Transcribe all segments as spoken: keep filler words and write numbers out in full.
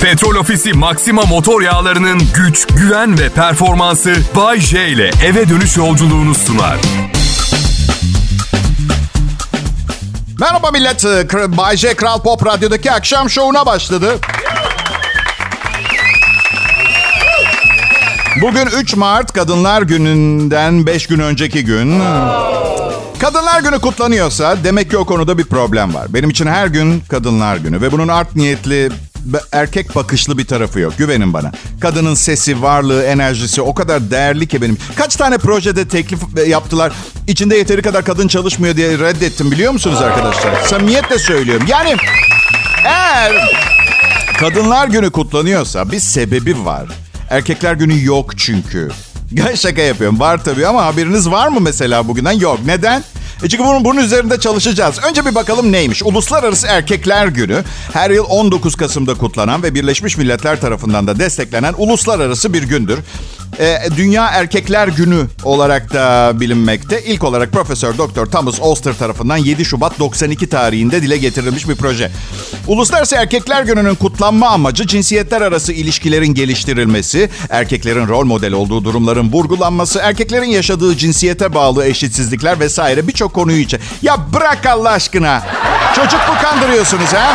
Petrol Ofisi Maxima motor yağlarının güç, güven ve performansı Bay J ile eve dönüş yolculuğunu sunar. Merhaba millet. Bay J Kral Pop Radyo'daki akşam şovuna başladı. Bugün üç Mart Kadınlar Günü'nden beş gün önceki gün. Kadınlar Günü kutlanıyorsa demek ki o konuda bir problem var. Benim için her gün Kadınlar Günü ve bunun art niyetli, erkek bakışlı bir tarafı yok. Güvenin bana. Kadının sesi, varlığı, enerjisi o kadar değerli ki benim. Kaç tane projede teklif yaptılar. İçinde yeteri kadar kadın çalışmıyor diye reddettim, biliyor musunuz arkadaşlar? Samimiyetle söylüyorum. Yani eğer Kadınlar Günü kutlanıyorsa bir sebebi var. Erkekler Günü yok çünkü. Şaka yapıyorum. Var tabii ama haberiniz var mı mesela bugünden? Yok. Neden? E çünkü bunun, bunun üzerinde çalışacağız. Önce bir bakalım neymiş? Uluslararası Erkekler Günü her yıl on dokuz Kasım'da kutlanan ve Birleşmiş Milletler tarafından da desteklenen uluslararası bir gündür. E, Dünya Erkekler Günü olarak da bilinmekte. İlk olarak Profesör Doktor Thomas Oster tarafından yedi Şubat doksan iki tarihinde dile getirilmiş bir proje. Uluslararası Erkekler Günü'nün kutlanma amacı cinsiyetler arası ilişkilerin geliştirilmesi, erkeklerin rol model olduğu durumların vurgulanması, erkeklerin yaşadığı cinsiyete bağlı eşitsizlikler vesaire birçok konuyu içe. Ya bırak Allah aşkına. Çocuk mu kandırıyorsunuz ha?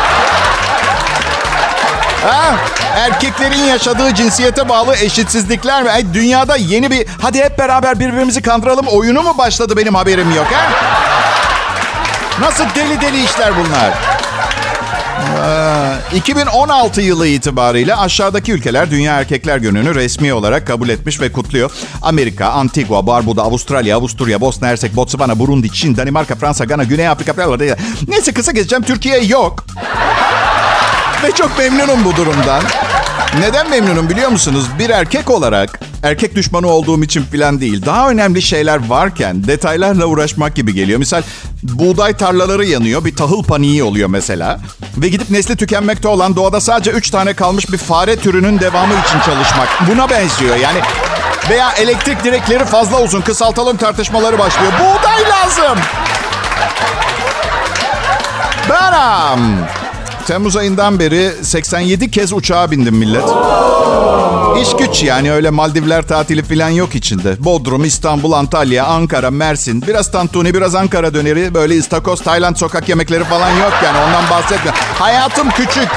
Ha? Erkeklerin yaşadığı cinsiyete bağlı eşitsizlikler mi? Ay, dünyada yeni bir hadi hep beraber birbirimizi kandıralım oyunu mu başladı, benim haberim yok ha? Nasıl deli deli işler bunlar? Ee, iki bin on altı yılı itibariyle aşağıdaki ülkeler Dünya Erkekler Günü'nü resmi olarak kabul etmiş ve kutluyor. Amerika, Antigua, Barbuda, Avustralya, Avusturya, Bosna Hersek, Botswana, Burundi, Çin, Danimarka, Fransa, Gana, Güney Afrika. Neyse kısa geçeceğim. Türkiye yok. Ve çok memnunum bu durumdan. Neden memnunum biliyor musunuz? Bir erkek olarak, erkek düşmanı olduğum için falan değil. Daha önemli şeyler varken detaylarla uğraşmak gibi geliyor. Misal buğday tarlaları yanıyor, bir tahıl paniği oluyor mesela. Ve gidip nesli tükenmekte olan doğada sadece üç tane kalmış bir fare türünün devamı için çalışmak. Buna benziyor yani. Veya elektrik direkleri fazla uzun, kısaltalım tartışmaları başlıyor. Buğday lazım. Beram. Temmuz ayından beri seksen yedi kez uçağa bindim millet. İş güç yani, öyle Maldivler tatili falan yok içinde. Bodrum, İstanbul, Antalya, Ankara, Mersin. Biraz tantuni, biraz Ankara döneri. Böyle istakoz, Tayland sokak yemekleri falan yok yani, ondan bahsetmiyorum. Hayatım küçük.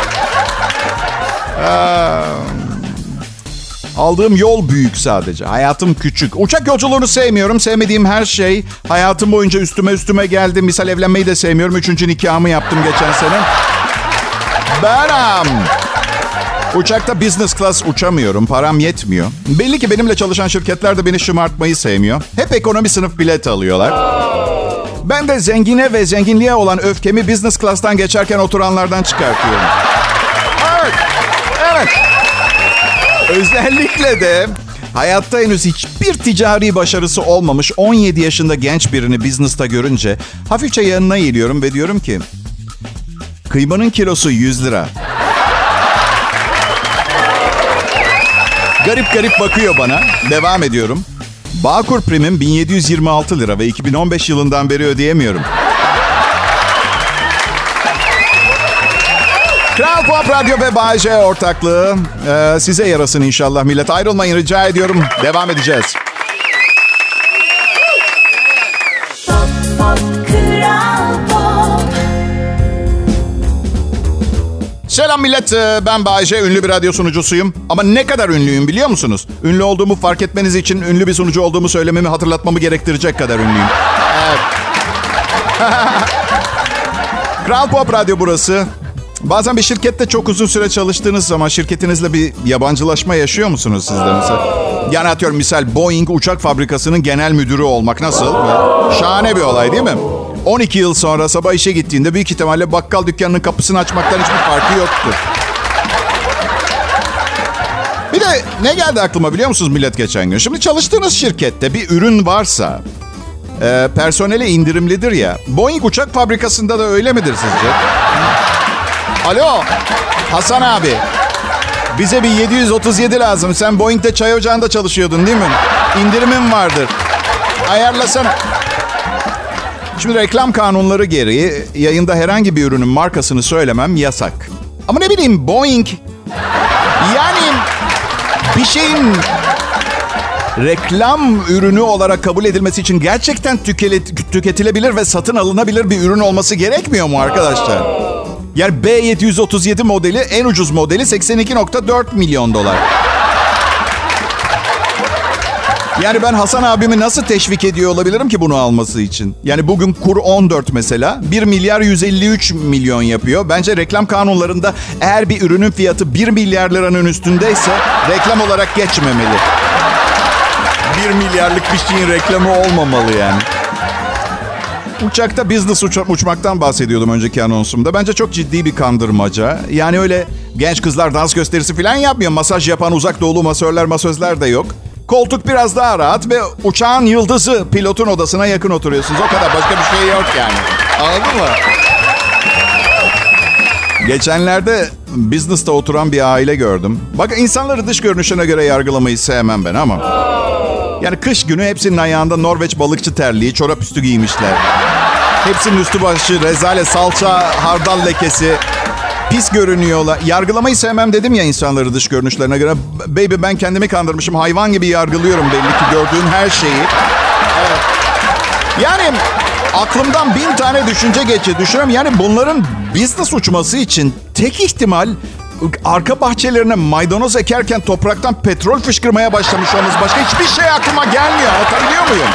Ee, aldığım yol büyük sadece. Hayatım küçük. Uçak yolculuğunu sevmiyorum. Sevmediğim her şey hayatım boyunca üstüme üstüme geldi. Misal evlenmeyi de sevmiyorum. Üçüncü nikahımı yaptım geçen sene. Beram. Uçakta business class uçamıyorum. Param yetmiyor. Belli ki benimle çalışan şirketler de beni şımartmayı sevmiyor. Hep ekonomi sınıf bilet alıyorlar. Ben de zengine ve zenginliğe olan öfkemi business class'tan geçerken oturanlardan çıkartıyorum. Evet. Evet. Özellikle de hayatta henüz hiçbir ticari başarısı olmamış on yedi yaşında genç birini business'ta görünce hafifçe yanına eğiliyorum ve diyorum ki kıymanın kilosu yüz lira. Garip garip bakıyor bana. Devam ediyorum. Bağkur primim bin yedi yüz yirmi altı lira ve iki bin on beş yılından beri ödeyemiyorum. Kral Pop Radyo ve Bay J ortaklığı. Ee, size yarasın inşallah millet. Ayrılmayın rica ediyorum. Devam edeceğiz. Selam millet, ben Bay J, ünlü bir radyo sunucusuyum. Ama ne kadar ünlüyüm biliyor musunuz? Ünlü olduğumu fark etmeniz için ünlü bir sunucu olduğumu söylememi hatırlatmamı gerektirecek kadar ünlüyüm. Evet. Kral Pop Radyo burası. Bazen bir şirkette çok uzun süre çalıştığınız zaman şirketinizle bir yabancılaşma yaşıyor musunuz siz de mesela? Yani atıyorum misal Boeing uçak fabrikasının genel müdürü olmak nasıl? Şahane bir olay değil mi? on iki yıl sonra sabah işe gittiğinde büyük ihtimalle bakkal dükkanının kapısını açmaktan hiçbir farkı yoktur. Bir de ne geldi aklıma biliyor musunuz millet geçen gün? Şimdi çalıştığınız şirkette bir ürün varsa e, personele indirimlidir ya. Boeing uçak fabrikasında da öyle midir sizce? Alo Hasan abi, bize bir yedi yüz otuz yedi lazım. Sen Boeing'de çay ocağında çalışıyordun değil mi? İndirimim vardır. Ayarlasana. Şimdi reklam kanunları gereği yayında herhangi bir ürünün markasını söylemem yasak. Ama ne bileyim Boeing Yani bir şeyin reklam ürünü olarak kabul edilmesi için gerçekten tüketilebilir ve satın alınabilir bir ürün olması gerekmiyor mu arkadaşlar? Yani B yedi yüz otuz yedi modeli, en ucuz modeli seksen iki virgül dört milyon dolar. Yani ben Hasan abimi nasıl teşvik ediyor olabilirim ki bunu alması için? Yani bugün kur on dört mesela. bir milyar yüz elli üç milyon yapıyor. Bence reklam kanunlarında eğer bir ürünün fiyatı bir milyar liranın üstündeyse reklam olarak geçmemeli. bir milyarlık bir şeyin reklamı olmamalı yani. Uçakta business uç- uçmaktan bahsediyordum önceki anonsumda. Bence çok ciddi bir kandırmaca. Yani öyle genç kızlar dans gösterisi falan yapmıyor. Masaj yapan uzak doğulu masörler, masözler de yok. Koltuk biraz daha rahat ve uçağın yıldızı pilotun odasına yakın oturuyorsunuz. O kadar, başka bir şey yok yani. Anladın mı? Geçenlerde business'ta oturan bir aile gördüm. Bak, insanları dış görünüşüne göre yargılamayı sevmem ben ama. Yani kış günü hepsinin ayağında Norveç balıkçı terliği, çorap üstü giymişler. Hepsinin üstü başı rezalet, salça, hardal lekesi. Pis görünüyorlar. Yargılamayı sevmem dedim ya insanları dış görünüşlerine göre. Baby, ben kendimi kandırmışım. Hayvan gibi yargılıyorum belli ki gördüğün her şeyi. Evet. Yani aklımdan bin tane düşünce geçiyor. Düşünüyorum yani bunların business uçması için tek ihtimal arka bahçelerine maydanoz ekerken topraktan petrol fışkırmaya başlamış olmamız. Başka hiçbir şey aklıma gelmiyor. Anlatabiliyor muyum?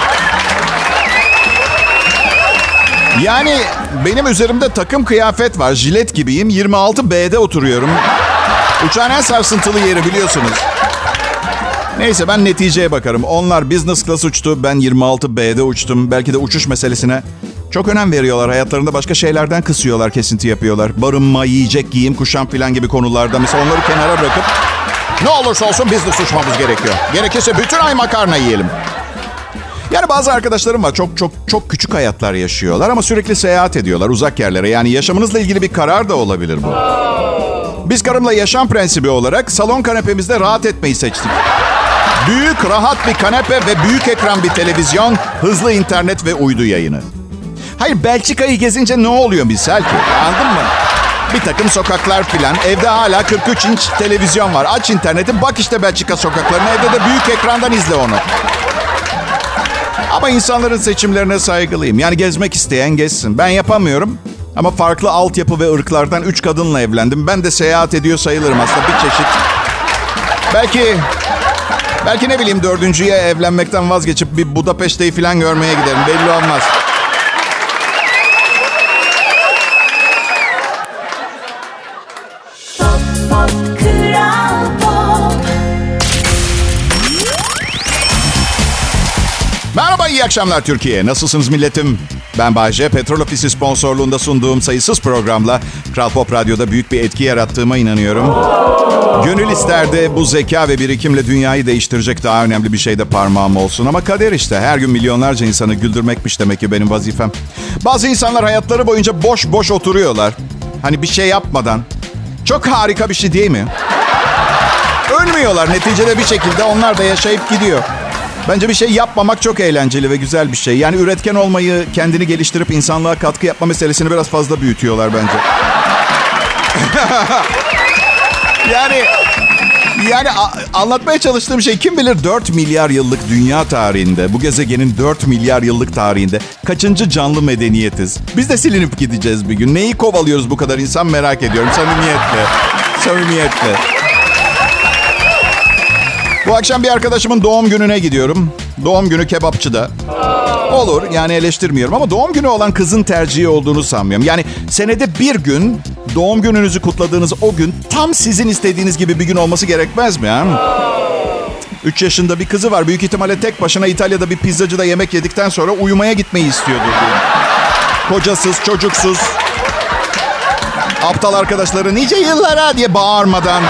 Yani benim üzerimde takım kıyafet var. Jilet gibiyim. yirmi altı B'de oturuyorum. Uçağın en sarsıntılı yeri biliyorsunuz. Neyse, ben neticeye bakarım. Onlar business class uçtu. Ben yirmi altı B'de uçtum. Belki de uçuş meselesine çok önem veriyorlar. Hayatlarında başka şeylerden kısıyorlar, kesinti yapıyorlar. Barınma, yiyecek, giyim, kuşam falan gibi konularda. Mesela onları kenara bırakıp ne olursa olsun business uçmamız gerekiyor. Gerekirse bütün ay makarna yiyelim. Yani bazı arkadaşlarım var. Çok çok çok küçük hayatlar yaşıyorlar ama sürekli seyahat ediyorlar uzak yerlere. Yani yaşamınızla ilgili bir karar da olabilir bu. Biz karımla yaşam prensibi olarak salon kanepemizde rahat etmeyi seçtik. Büyük, rahat bir kanepe ve büyük ekran bir televizyon, hızlı internet ve uydu yayını. Hayır, Belçika'yı gezince ne oluyor misal ki? Anladın mı? Bir takım sokaklar filan. Evde hala kırk üç inç televizyon var. Aç interneti, bak işte Belçika sokaklarına. Evde de büyük ekrandan izle onu. Ama insanların seçimlerine saygılıyım. Yani gezmek isteyen gezsin. Ben yapamıyorum. Ama farklı altyapı ve ırklardan üç kadınla evlendim. Ben de seyahat ediyor sayılırım aslında, bir çeşit. Belki... Belki ne bileyim dördüncüye evlenmekten vazgeçip bir Budapeşte'yi falan görmeye giderim. Belli olmaz. Merhaba, iyi akşamlar Türkiye. Nasılsınız milletim? Ben Bay J. Petrol Ofisi sponsorluğunda sunduğum sayısız programla Kral Pop Radyo'da büyük bir etki yarattığıma inanıyorum. Gönül isterdi bu zeka ve birikimle dünyayı değiştirecek daha önemli bir şey de parmağım olsun. Ama kader işte. Her gün milyonlarca insanı güldürmekmiş demek ki benim vazifem. Bazı insanlar hayatları boyunca boş boş oturuyorlar. Hani bir şey yapmadan. Çok harika bir şey değil mi? Ölmüyorlar. Neticede bir şekilde onlar da yaşayıp gidiyor. Bence bir şey yapmamak çok eğlenceli ve güzel bir şey. Yani üretken olmayı, kendini geliştirip insanlığa katkı yapma meselesini biraz fazla büyütüyorlar bence. yani yani a- anlatmaya çalıştığım şey, kim bilir dört milyar yıllık dünya tarihinde, bu gezegenin dört milyar yıllık tarihinde kaçıncı canlı medeniyetiz? Biz de silinip gideceğiz bir gün. Neyi kovalıyoruz bu kadar insan, merak ediyorum. Samimiyetle. Samimiyetle. Bu akşam bir arkadaşımın doğum gününe gidiyorum. Doğum günü kebapçıda. Olur, yani eleştirmiyorum ama doğum günü olan kızın tercihi olduğunu sanmıyorum. Yani senede bir gün doğum gününüzü kutladığınız o gün tam sizin istediğiniz gibi bir gün olması gerekmez mi? Ha? üç yaşında bir kızı var. Büyük ihtimalle tek başına İtalya'da bir pizzacıda yemek yedikten sonra uyumaya gitmeyi istiyordu. Kocasız, çocuksuz. Aptal arkadaşları nice yıllara diye bağırmadan.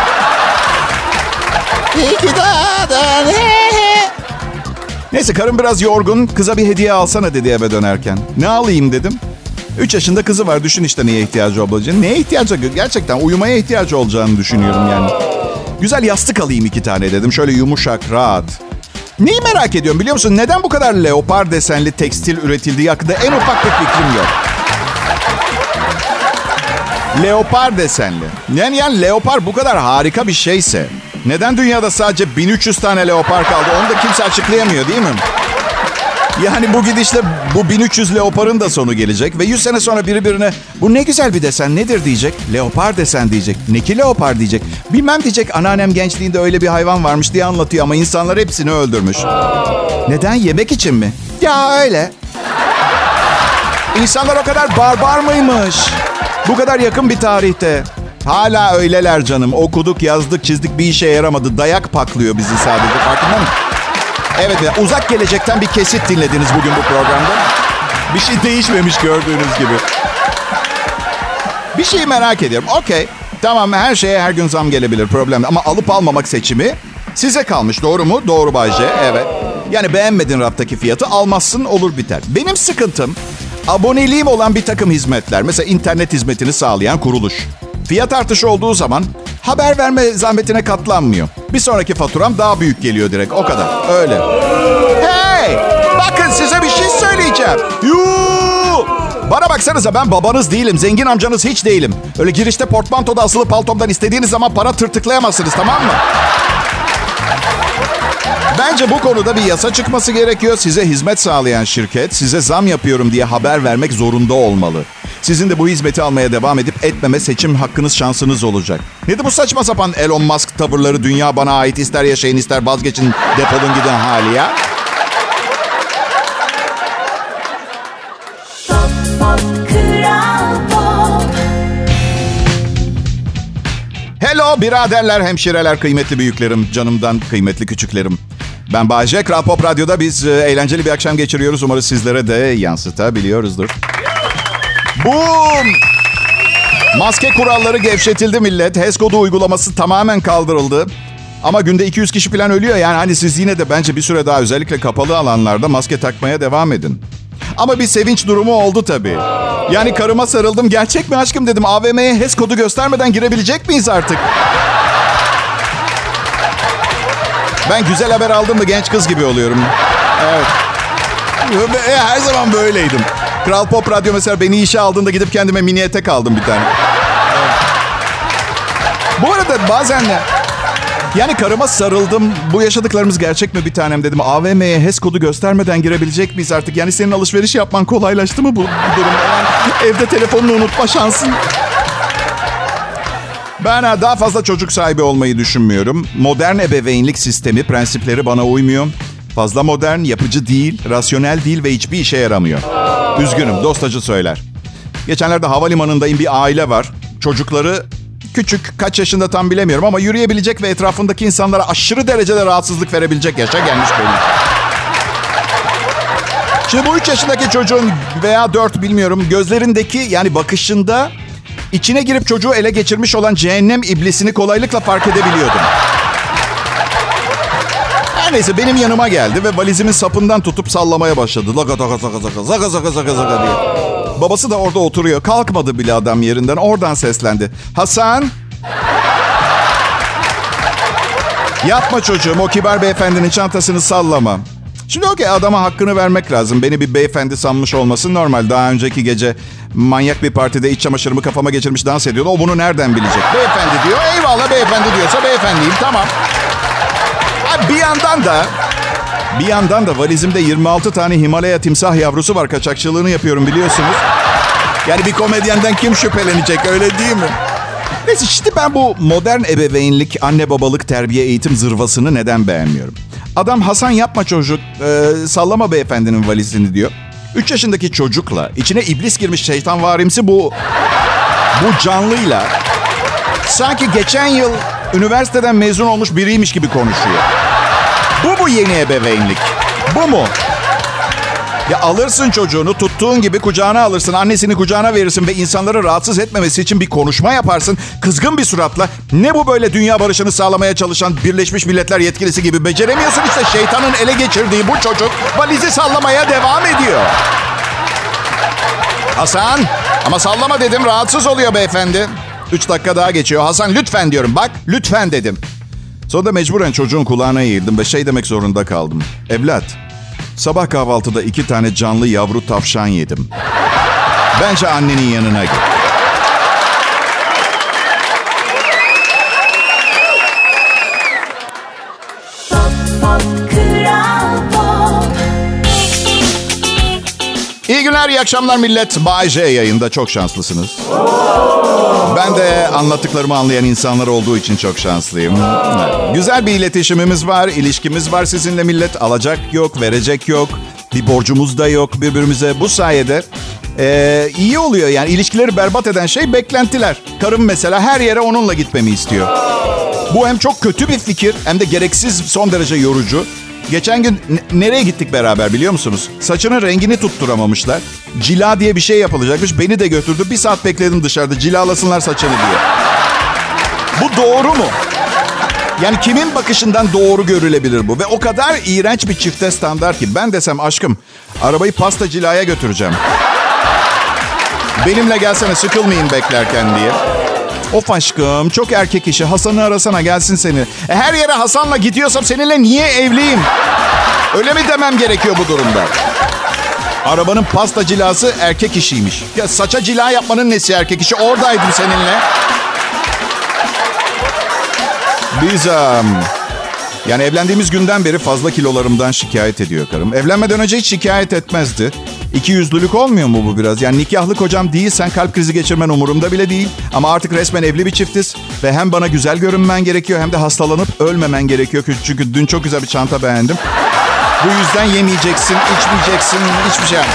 Neyse, karım biraz yorgun. Kıza bir hediye alsana dedi eve dönerken. Ne alayım dedim. üç yaşında kızı var. Düşün işte neye ihtiyacı olacağını. Neye ihtiyacı? Gerçekten uyumaya ihtiyacı olacağını düşünüyorum yani. Güzel yastık alayım iki tane dedim. Şöyle yumuşak, rahat. Neyi merak ediyorum biliyor musun? Neden bu kadar leopar desenli tekstil üretildiği hakkında en ufak bir fikrim yok. Leopar desenli. Yani, yani leopar bu kadar harika bir şeyse neden dünyada sadece bin üç yüz tane leopar kaldı? Onu da kimse açıklayamıyor değil mi? Yani bu gidişle bu bin üç yüz leoparın da sonu gelecek. Ve yüz sene sonra biri birine bu ne güzel bir desen nedir diyecek. Leopar desen diyecek. Ne ki leopar diyecek. Bilmem diyecek, anneannem gençliğinde öyle bir hayvan varmış diye anlatıyor ama insanlar hepsini öldürmüş. Neden? Yemek için mi? Ya öyle. İnsanlar o kadar barbar mıymış? Bu kadar yakın bir tarihte. Hala öyleler canım. Okuduk, yazdık, çizdik, bir işe yaramadı. Dayak paklıyor bizi sadece. Farkında mısın? Evet, uzak gelecekten bir kesit dinlediniz bugün bu programda. Bir şey değişmemiş gördüğünüz gibi. Bir şeyi merak ediyorum. Okey, tamam, her şeye her gün zam gelebilir, problem. Ama alıp almamak seçimi size kalmış. Doğru mu? Doğru Bay J. Evet. Yani beğenmedin raftaki fiyatı, almazsın, olur biter. Benim sıkıntım aboneliğim olan bir takım hizmetler. Mesela internet hizmetini sağlayan kuruluş. Fiyat artışı olduğu zaman haber verme zahmetine katlanmıyor. Bir sonraki faturam daha büyük geliyor direkt. O kadar. Öyle. Hey! Bakın size bir şey söyleyeceğim. Yuu! Bana baksanıza, ben babanız değilim. Zengin amcanız hiç değilim. Öyle girişte portmantoda asılı paltomdan istediğiniz zaman para tırtıklayamazsınız, tamam mı? Bence bu konuda bir yasa çıkması gerekiyor. Size hizmet sağlayan şirket size zam yapıyorum diye haber vermek zorunda olmalı. Sizin de bu hizmeti almaya devam edip etmeme seçim hakkınız, şansınız olacak. Nedir bu saçma sapan Elon Musk tavırları? Dünya bana ait, ister yaşayın ister vazgeçin, defolun gidin hali ya. Hello biraderler, hemşireler, kıymetli büyüklerim, canımdan kıymetli küçüklerim. Ben Bay J. Kral Pop Radyo'da biz e, eğlenceli bir akşam geçiriyoruz. Umarım sizlere de yansıtabiliyoruzdur. Boom! Maske kuralları gevşetildi millet. H E S kodu uygulaması tamamen kaldırıldı. Ama günde iki yüz kişi falan ölüyor. Yani hani siz yine de bence bir süre daha özellikle kapalı alanlarda maske takmaya devam edin. Ama bir sevinç durumu oldu tabii. Yani karıma sarıldım. Gerçek mi aşkım dedim. A V M'ye H E S kodu göstermeden girebilecek miyiz artık? Ben güzel haber aldım mı genç kız gibi oluyorum. Evet. Her zaman böyleydim. Kral Pop Radyo mesela beni işe aldığında gidip kendime mini etek aldım bir tane. Evet. Bu arada bazen de yani karıma sarıldım. Bu yaşadıklarımız gerçek mi bir tanem dedim. A V M'ye H E S kodu göstermeden girebilecek miyiz artık? Yani senin alışveriş yapman kolaylaştı mı bu, bu durumda? Yani evde telefonunu unutma şansın. Ben daha fazla çocuk sahibi olmayı düşünmüyorum. Modern ebeveynlik sistemi, prensipleri bana uymuyor. Fazla modern, yapıcı değil, rasyonel değil ve hiçbir işe yaramıyor. Üzgünüm, dostacı söyler. Geçenlerde havalimanındayım, bir aile var. Çocukları küçük, kaç yaşında tam bilemiyorum ama yürüyebilecek ve etrafındaki insanlara aşırı derecede rahatsızlık verebilecek yaşa gelmiş benim. Şimdi bu üç yaşındaki çocuğun veya dört bilmiyorum gözlerindeki yani bakışında içine girip çocuğu ele geçirmiş olan cehennem iblisini kolaylıkla fark edebiliyordum. Her neyse benim yanıma geldi ve valizimin sapından tutup sallamaya başladı. Zaka zaka zaka zaka zaka zaka zaka zaka diye. Babası da orada oturuyor. Kalkmadı bile adam yerinden. Oradan seslendi. Hasan. Yapma çocuğum, o kibar beyefendinin çantasını sallama. Şimdi okey, adama hakkını vermek lazım. Beni bir beyefendi sanmış olması normal. Daha önceki gece manyak bir partide iç çamaşırımı kafama geçirmiş dans ediyordu. O bunu nereden bilecek? Beyefendi diyor. Eyvallah, beyefendi diyorsa beyefendiyim, tamam. Bir yandan da bir yandan da valizimde yirmi altı tane Himalaya timsah yavrusu var. Kaçakçılığını yapıyorum biliyorsunuz. Yani bir komedyenden kim şüphelenecek, öyle değil mi? Neyse işte ben bu modern ebeveynlik, anne babalık, terbiye, eğitim zırvasını neden beğenmiyorum? Adam Hasan yapma çocuk, e, sallama beyefendinin valizini diyor. üç yaşındaki çocukla içine iblis girmiş şeytanvarimsi bu bu canlıyla sanki geçen yıl üniversiteden mezun olmuş biriymiş gibi konuşuyor. Bu mu yeni ebeveynlik? Bu mu? Ya alırsın çocuğunu, tuttuğun gibi kucağına alırsın, annesini kucağına verirsin ve insanları rahatsız etmemesi için bir konuşma yaparsın. Kızgın bir suratla, ne bu böyle dünya barışını sağlamaya çalışan Birleşmiş Milletler yetkilisi gibi beceremiyorsun işte, şeytanın ele geçirdiği bu çocuk valizi sallamaya devam ediyor. Hasan, ama sallama dedim, rahatsız oluyor beyefendi. Üç dakika daha geçiyor. Hasan lütfen diyorum, bak lütfen dedim. Sonra da mecburen çocuğun kulağına eğildim ve şey demek zorunda kaldım. Evlat, sabah kahvaltıda iki tane canlı yavru tavşan yedim. Bence annenin yanına git. İyi günler, iyi akşamlar millet. Bay J yayında, çok şanslısınız. Ben de anlattıklarımı anlayan insanlar olduğu için çok şanslıyım. Güzel bir iletişimimiz var, ilişkimiz var sizinle millet. Alacak yok, verecek yok. Bir borcumuz da yok birbirimize. Bu sayede ee, iyi oluyor yani. İlişkileri berbat eden şey beklentiler. Karım mesela her yere onunla gitmemi istiyor. Bu hem çok kötü bir fikir hem de gereksiz, son derece yorucu. Geçen gün n- nereye gittik beraber biliyor musunuz? Saçının rengini tutturamamışlar. Cila diye bir şey yapılacakmış. Beni de götürdü. Bir saat bekledim dışarıda. Cilalasınlar saçını diye. Bu doğru mu? Yani kimin bakışından doğru görülebilir bu? Ve o kadar iğrenç bir çifte standart ki. Ben desem aşkım arabayı pasta cilaya götüreceğim. Benimle gelsene, sıkılmayın beklerken diye. Of aşkım, çok erkek işi. Hasan'ı arasana, gelsin seni. E, her yere Hasan'la gidiyorsam seninle niye evliyim? Öyle mi demem gerekiyor bu durumda? Arabanın pasta cilası erkek işiymiş. Ya saça cila yapmanın nesi erkek işi? Oradaydım seninle. Biz um, yani evlendiğimiz günden beri fazla kilolarımdan şikayet ediyor karım. Evlenmeden önce hiç şikayet etmezdi. İki yüzlülük olmuyor mu bu biraz? Yani nikahlı kocam değilsen kalp krizi geçirmen umurumda bile değil. Ama artık resmen evli bir çiftiz. Ve hem bana güzel görünmen gerekiyor hem de hastalanıp ölmemen gerekiyor. Çünkü dün çok güzel bir çanta beğendim. Bu yüzden yemeyeceksin, içmeyeceksin, hiçbir şey.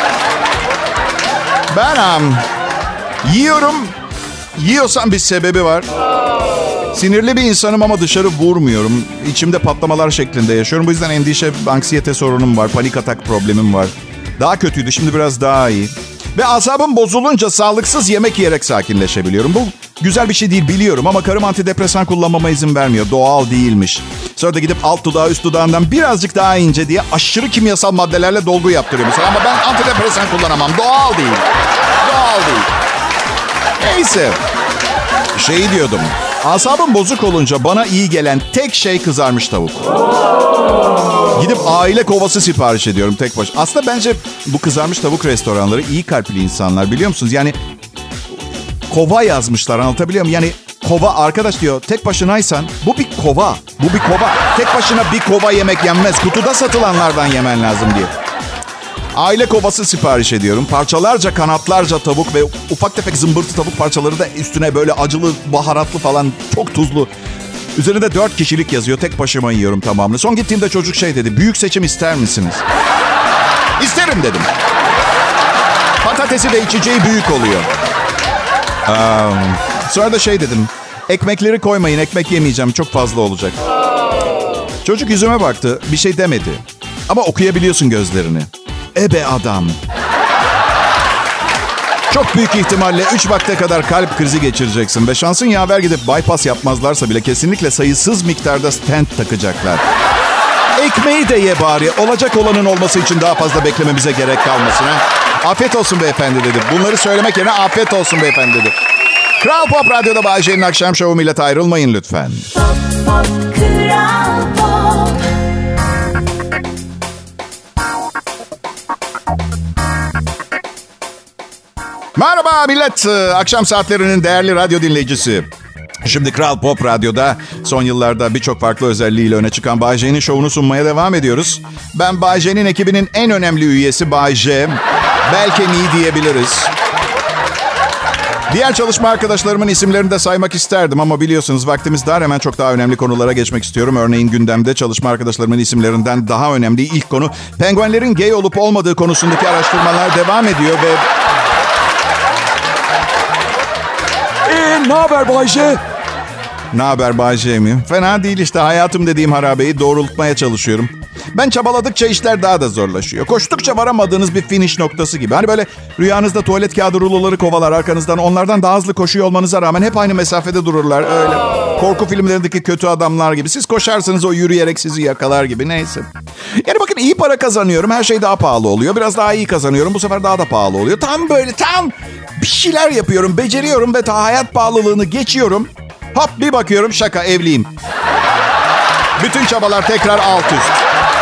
Ben um, yiyorum. Yiyorsam bir sebebi var. Sinirli bir insanım ama dışarı vurmuyorum. İçimde patlamalar şeklinde yaşıyorum. Bu yüzden endişe, anksiyete sorunum var. Panik atak problemim var. Daha kötüydü, şimdi biraz daha iyi. Ve asabım bozulunca sağlıksız yemek yiyerek sakinleşebiliyorum. Bu güzel bir şey değil biliyorum ama karım antidepresan kullanmama izin vermiyor. Doğal değilmiş. Sonra da gidip alt dudağı üst dudağından birazcık daha ince diye aşırı kimyasal maddelerle dolgu yaptırıyor mesela. Ama ben antidepresan kullanamam. Doğal değil. Doğal değil. Neyse. Şey diyordum. Asabım bozuk olunca bana iyi gelen tek şey kızarmış tavuk. Gidip aile kovası sipariş ediyorum tek başına. Aslında bence bu kızarmış tavuk restoranları iyi kalpli insanlar, biliyor musunuz? Yani kova yazmışlar, anlatabiliyor muyum? Yani kova, arkadaş diyor, tek başınaysan bu bir kova. Bu bir kova. Tek başına bir kova yemek yenmez. Kutuda satılanlardan yemen lazım diye. Aile kovası sipariş ediyorum. Parçalarca, kanatlarca tavuk ve ufak tefek zımbırtı tavuk parçaları da üstüne böyle acılı, baharatlı falan, çok tuzlu. Üzerinde dört kişilik yazıyor. Tek başıma yiyorum tamamını. Son gittiğimde çocuk şey dedi. Büyük seçim ister misiniz? İsterim dedim. Patatesi ve içeceği büyük oluyor. Um, sonra da şey dedim. Ekmekleri koymayın. Ekmek yemeyeceğim. Çok fazla olacak. Çocuk yüzüme baktı. Bir şey demedi. Ama okuyabiliyorsun gözlerini. Ebe adam. Çok büyük ihtimalle üç vakte kadar kalp krizi geçireceksin. Ve şansın yaver gidip bypass yapmazlarsa bile kesinlikle sayısız miktarda stent takacaklar. Ekmeği de ye bari. Olacak olanın olması için daha fazla beklememize gerek kalmasın. Ha? Afiyet olsun beyefendi dedi. Bunları söylemek yerine afiyet olsun beyefendi dedi. Kral Pop Radyo'da Bay J'nin akşam şovu, millet ayrılmayın lütfen. Pop, pop, Kral Pop. Merhaba millet. Akşam saatlerinin değerli radyo dinleyicisi. Şimdi Kral Pop Radyo'da son yıllarda birçok farklı özelliğiyle öne çıkan Bay J'nin şovunu sunmaya devam ediyoruz. Ben Bay J'nin ekibinin en önemli üyesi Bay J. Belki mi diyebiliriz. Diğer çalışma arkadaşlarımın isimlerini de saymak isterdim ama biliyorsunuz vaktimiz dar, hemen çok daha önemli konulara geçmek istiyorum. Örneğin gündemde çalışma arkadaşlarımın isimlerinden daha önemli ilk konu penguenlerin gay olup olmadığı konusundaki araştırmalar devam ediyor ve... Eee ne haber Bay J? Ne haber Bay J mi? Fena değil işte, hayatım dediğim harabeyi doğrultmaya çalışıyorum. Ben çabaladıkça işler daha da zorlaşıyor. Koştukça varamadığınız bir finish noktası gibi. Hani böyle rüyanızda tuvalet kağıdı ruloları kovalar arkanızdan. Onlardan daha hızlı koşuyor olmanıza rağmen hep aynı mesafede dururlar. Öyle korku filmlerindeki kötü adamlar gibi. Siz koşarsınız, o yürüyerek sizi yakalar gibi. Neyse. Yani bakın, iyi para kazanıyorum. Her şey daha pahalı oluyor. Biraz daha iyi kazanıyorum. Bu sefer daha da pahalı oluyor. Tam böyle tam bir şeyler yapıyorum. Beceriyorum ve ta hayat pahalılığını geçiyorum. Hop bir bakıyorum, şaka, evliyim. Bütün çabalar tekrar alt üst.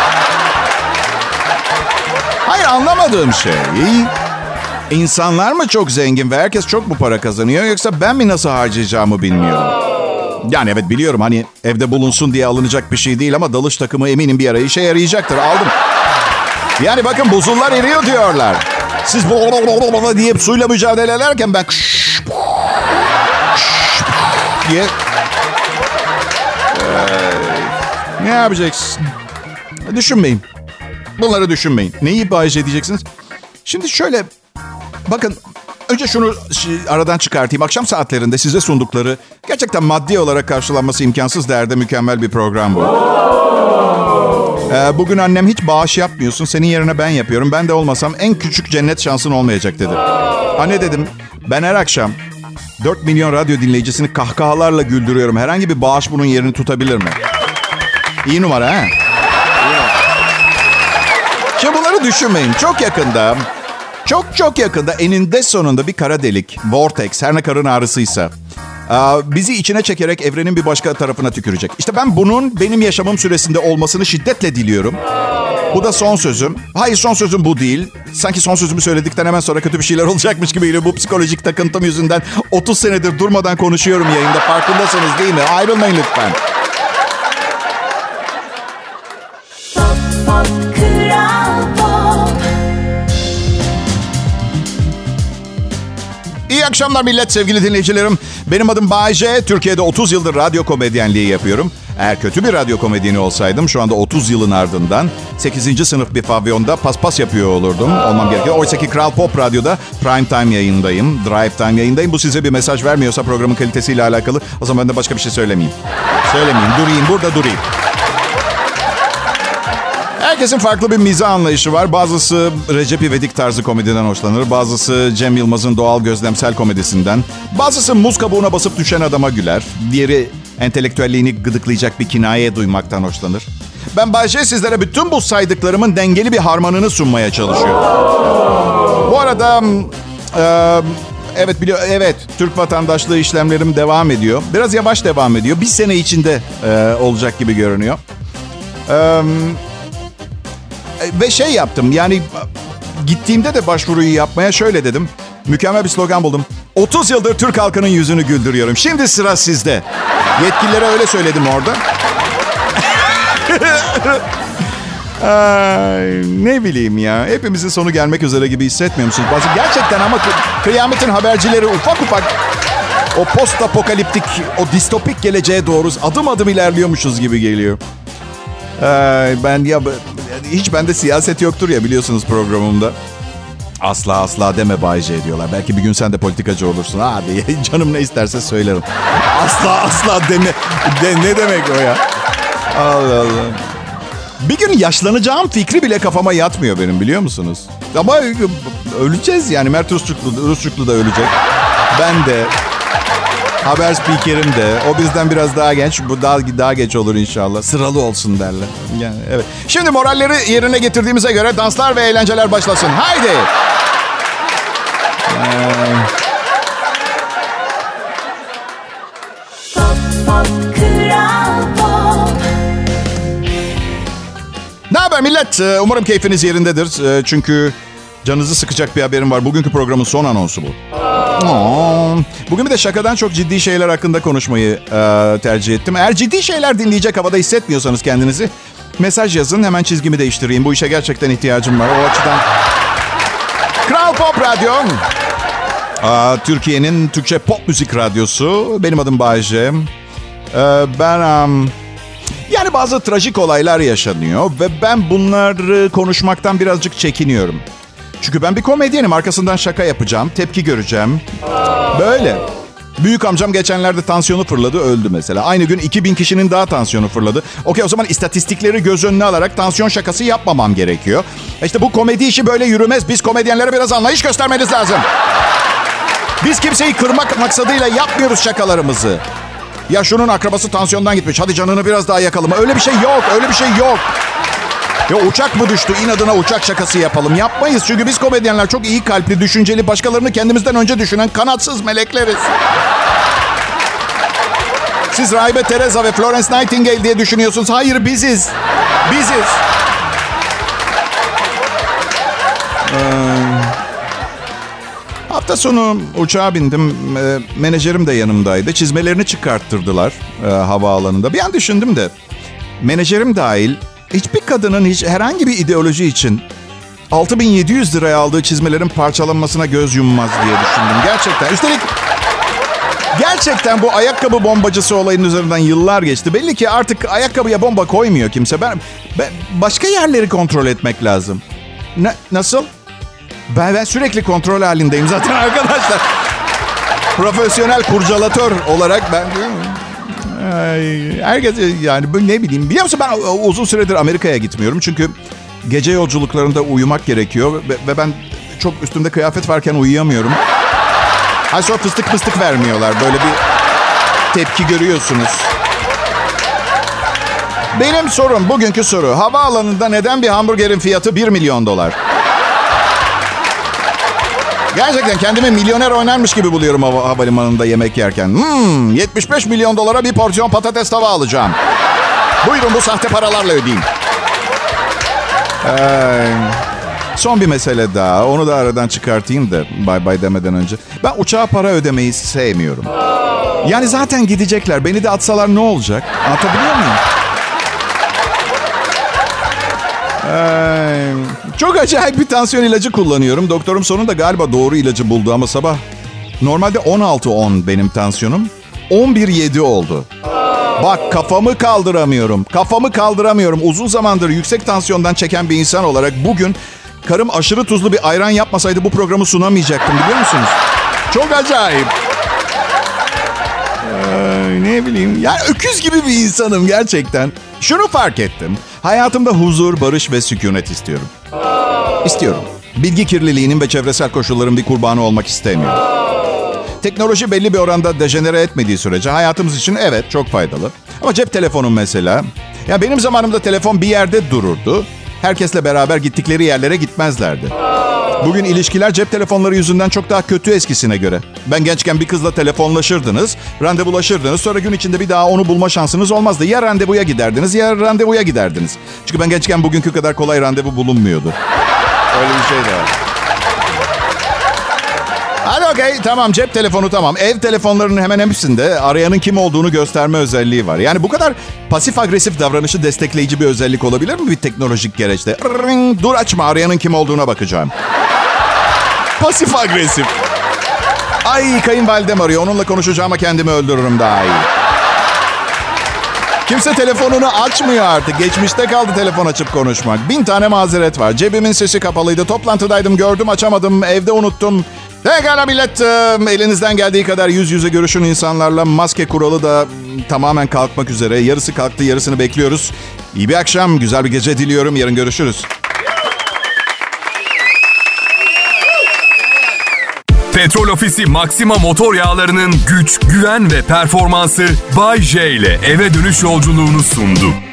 Hayır, anlamadığım şey, İnsanlar mı çok zengin ve herkes çok mu para kazanıyor, yoksa ben mi nasıl harcayacağımı bilmiyorum. Yani evet biliyorum, hani evde bulunsun diye alınacak bir şey değil ama dalış takımı eminim bir ara işe yarayacaktır. Aldım. Yani bakın, buzullar eriyor diyorlar. Siz diye suyla mücadele ederken ben diye ee, ne yapacaksın? Düşünmeyin. Bunları düşünmeyin. Neyi bahis edeceksiniz? Şimdi şöyle bakın, önce şunu aradan çıkartayım. Akşam saatlerinde size sundukları gerçekten maddi olarak karşılanması imkansız değerde mükemmel bir program bu. Ee, bugün annem hiç bağış yapmıyorsun, senin yerine ben yapıyorum. Ben de olmasam en küçük cennet şansın olmayacak dedi. Anne dedim, ben her akşam dört milyon radyo dinleyicisini kahkahalarla güldürüyorum. Herhangi bir bağış bunun yerini tutabilir mi? İyi numara ha? Şimdi bunları düşünmeyin. Çok yakında, çok çok yakında eninde sonunda bir kara delik, vortex, her ne karın ağrısıysa, bizi içine çekerek evrenin bir başka tarafına tükürecek. İşte ben bunun benim yaşamım süresinde olmasını şiddetle diliyorum. Bu da son sözüm. Hayır, son sözüm bu değil. Sanki son sözümü söyledikten hemen sonra kötü bir şeyler olacakmış gibi geliyor. Bu psikolojik takıntım yüzünden otuz senedir durmadan konuşuyorum yayında. Farkındasınız değil mi? Ayrılmayın lütfen. İyi akşamlar millet, sevgili dinleyicilerim. Benim adım Bay J. Türkiye'de otuz yıldır radyo komedyenliği yapıyorum. Eğer kötü bir radyo komedyeni olsaydım şu anda otuz yılın ardından sekizinci sınıf bir pavyonda paspas yapıyor olurdum. Olmam gerekiyor. Oysa ki Kral Pop Radyo'da prime time yayındayım. Drive time yayındayım. Bu size bir mesaj vermiyorsa programın kalitesiyle alakalı, o zaman ben de başka bir şey söylemeyeyim. Söylemeyeyim. Durayım. Burada durayım. Herkesin farklı bir mizah anlayışı var. Bazısı Recep İvedik tarzı komediden hoşlanır. Bazısı Cem Yılmaz'ın doğal gözlemsel komedisinden. Bazısı muz kabuğuna basıp düşen adama güler. Diğeri entelektüelliğini gıdıklayacak bir kinaye duymaktan hoşlanır. Ben Bay J sizlere bütün bu saydıklarımın dengeli bir harmanını sunmaya çalışıyorum. Bu arada e, evet biliyor, evet Türk vatandaşlığı işlemlerim devam ediyor. Biraz yavaş devam ediyor. Bir sene içinde e, olacak gibi görünüyor. Eee... Ve şey yaptım, yani gittiğimde de başvuruyu yapmaya şöyle dedim. Mükemmel bir slogan buldum. otuz yıldır Türk halkının yüzünü güldürüyorum. Şimdi sıra sizde. Yetkililere öyle söyledim orada. Ay, ne bileyim ya. Hepimizin sonu gelmek üzere gibi hissetmiyor musunuz? Bazı gerçekten ama kıyametin habercileri ufak ufak o post apokaliptik, o distopik geleceğe doğru adım adım ilerliyormuşuz gibi geliyor. Ay, ben ya hiç bende siyaset yoktur ya, biliyorsunuz programımda. Asla asla deme Bay J diyorlar. Belki bir gün sen de politikacı olursun. Hadi canım ne isterse söylerim. Asla asla deme. De, ne demek o ya? Allah Allah. Bir gün yaşlanacağım fikri bile kafama yatmıyor benim, biliyor musunuz? Ama öleceğiz yani. Mert Rusçuklu, Rusçuklu da ölecek. Ben de. Haber spikerim de. O bizden biraz daha genç. Bu daha daha geç olur inşallah. Sıralı olsun derler. Yani evet. Şimdi moralleri yerine getirdiğimize göre danslar ve eğlenceler başlasın. Haydi. Ee... Ne haber millet? Umarım keyfiniz yerindedir. Çünkü canınızı sıkacak bir haberim var. Bugünkü programın son anonsu bu. Aa, bugün bir de şakadan çok ciddi şeyler hakkında konuşmayı e, tercih ettim. Eğer ciddi şeyler dinleyecek havada hissetmiyorsanız kendinizi, mesaj yazın, hemen çizgimi değiştireyim. Bu işe gerçekten ihtiyacım var. O açıdan Kral Pop Radyo, Aa, Türkiye'nin Türkçe pop müzik radyosu. Benim adım Bay J. Ee, ben um, yani bazı trajik olaylar yaşanıyor ve ben bunları konuşmaktan birazcık çekiniyorum. Çünkü ben bir komedyenim. Arkasından şaka yapacağım. Tepki göreceğim. Böyle. Büyük amcam geçenlerde tansiyonu fırladı. Öldü mesela. Aynı gün iki bin kişinin daha tansiyonu fırladı. Okey, o zaman istatistikleri göz önüne alarak tansiyon şakası yapmamam gerekiyor. İşte bu komedi işi böyle yürümez. Biz komedyenlere biraz anlayış göstermeniz lazım. Biz kimseyi kırmak maksadıyla yapmıyoruz şakalarımızı. Ya şunun akrabası tansiyondan gitmiş, hadi canını biraz daha yakalım. Öyle bir şey yok. Öyle bir şey yok. Ya uçak mı düştü, inadına uçak şakası yapalım. Yapmayız çünkü biz komedyenler çok iyi kalpli, düşünceli, başkalarını kendimizden önce düşünen kanatsız melekleriz. Siz Rahibe Teresa ve Florence Nightingale diye düşünüyorsunuz. Hayır, biziz. Biziz. Ee, hafta sonu uçağa bindim. E, menajerim de yanımdaydı. Çizmelerini çıkarttırdılar e, havaalanında. Bir an düşündüm de, menajerim dahil hiçbir kadının hiç herhangi bir ideoloji için altı bin yedi yüz liraya aldığı çizmelerin parçalanmasına göz yummaz diye düşündüm. Gerçekten. Üstelik gerçekten bu ayakkabı bombacısı olayının üzerinden yıllar geçti. Belli ki artık ayakkabıya bomba koymuyor kimse. Ben, ben başka yerleri kontrol etmek lazım. Ne, nasıl? Ben, ben sürekli kontrol halindeyim zaten arkadaşlar. Profesyonel kurcalatör olarak ben... Ay, herkes yani ne bileyim. Biliyor musun, ben uzun süredir Amerika'ya gitmiyorum. Çünkü gece yolculuklarında uyumak gerekiyor. Ve, ve ben çok üstümde kıyafet varken uyuyamıyorum. Ay sonra fıstık fıstık vermiyorlar. Böyle bir tepki görüyorsunuz. Benim sorum, bugünkü soru. Havaalanında neden bir hamburgerin fiyatı bir milyon dolar? Gerçekten kendimi milyoner oynarmış gibi buluyorum hava, havalimanında yemek yerken. Hmm, yetmiş beş milyon dolara bir porsiyon patates tava alacağım. Buyurun bu sahte paralarla ödeyin. Ee, son bir mesele daha. Onu da aradan çıkartayım da bay bay demeden önce. Ben uçağa para ödemeyi sevmiyorum. Yani zaten gidecekler. Beni de atsalar ne olacak? Anlatabiliyor muyum? Ee, çok acayip bir tansiyon ilacı kullanıyorum. Doktorum sonunda galiba doğru ilacı buldu ama sabah normalde on altı on benim tansiyonum. on bir yedi oldu. Bak kafamı kaldıramıyorum. Kafamı kaldıramıyorum. Uzun zamandır yüksek tansiyondan çeken bir insan olarak bugün karım aşırı tuzlu bir ayran yapmasaydı bu programı sunamayacaktım, biliyor musunuz? Çok acayip. Ee, ne bileyim. Yani öküz gibi bir insanım gerçekten. Şunu fark ettim. Hayatımda huzur, barış ve sükunet istiyorum. İstiyorum. Bilgi kirliliğinin ve çevresel koşulların bir kurbanı olmak istemiyorum. Teknoloji belli bir oranda dejenere etmediği sürece hayatımız için evet çok faydalı. Ama cep telefonum mesela. Ya benim zamanımda telefon bir yerde dururdu. Herkesle beraber gittikleri yerlere gitmezlerdi. Bugün ilişkiler cep telefonları yüzünden çok daha kötü eskisine göre. Ben gençken bir kızla telefonlaşırdınız, randevulaşırdınız. Sonra gün içinde bir daha onu bulma şansınız olmazdı. Ya randevuya giderdiniz ya randevuya giderdiniz. Çünkü ben gençken bugünkü kadar kolay randevu bulunmuyordu. Öyle bir şey de var. Hadi okey, tamam, cep telefonu tamam. Ev telefonlarının hemen hepsinde arayanın kim olduğunu gösterme özelliği var. Yani bu kadar pasif agresif davranışı destekleyici bir özellik olabilir mi bir teknolojik gereçte? Ring, dur açma, arayanın kim olduğuna bakacağım. Pasif agresif. Ay kayınvalidem arıyor, onunla konuşacağıma kendimi öldürürüm daha iyi. Kimse telefonunu açmıyor artık. Geçmişte kaldı telefon açıp konuşmak. Bin tane mazeret var. Cebimin sesi kapalıydı. Toplantıdaydım, gördüm, açamadım. Evde unuttum. Pekala millet. Elinizden geldiği kadar yüz yüze görüşün insanlarla. Maske kuralı da tamamen kalkmak üzere. Yarısı kalktı, yarısını bekliyoruz. İyi bir akşam, güzel bir gece diliyorum. Yarın görüşürüz. Petrol Ofisi Maxima motor yağlarının güç, güven ve performansı Bay J ile eve dönüş yolculuğunu sundu.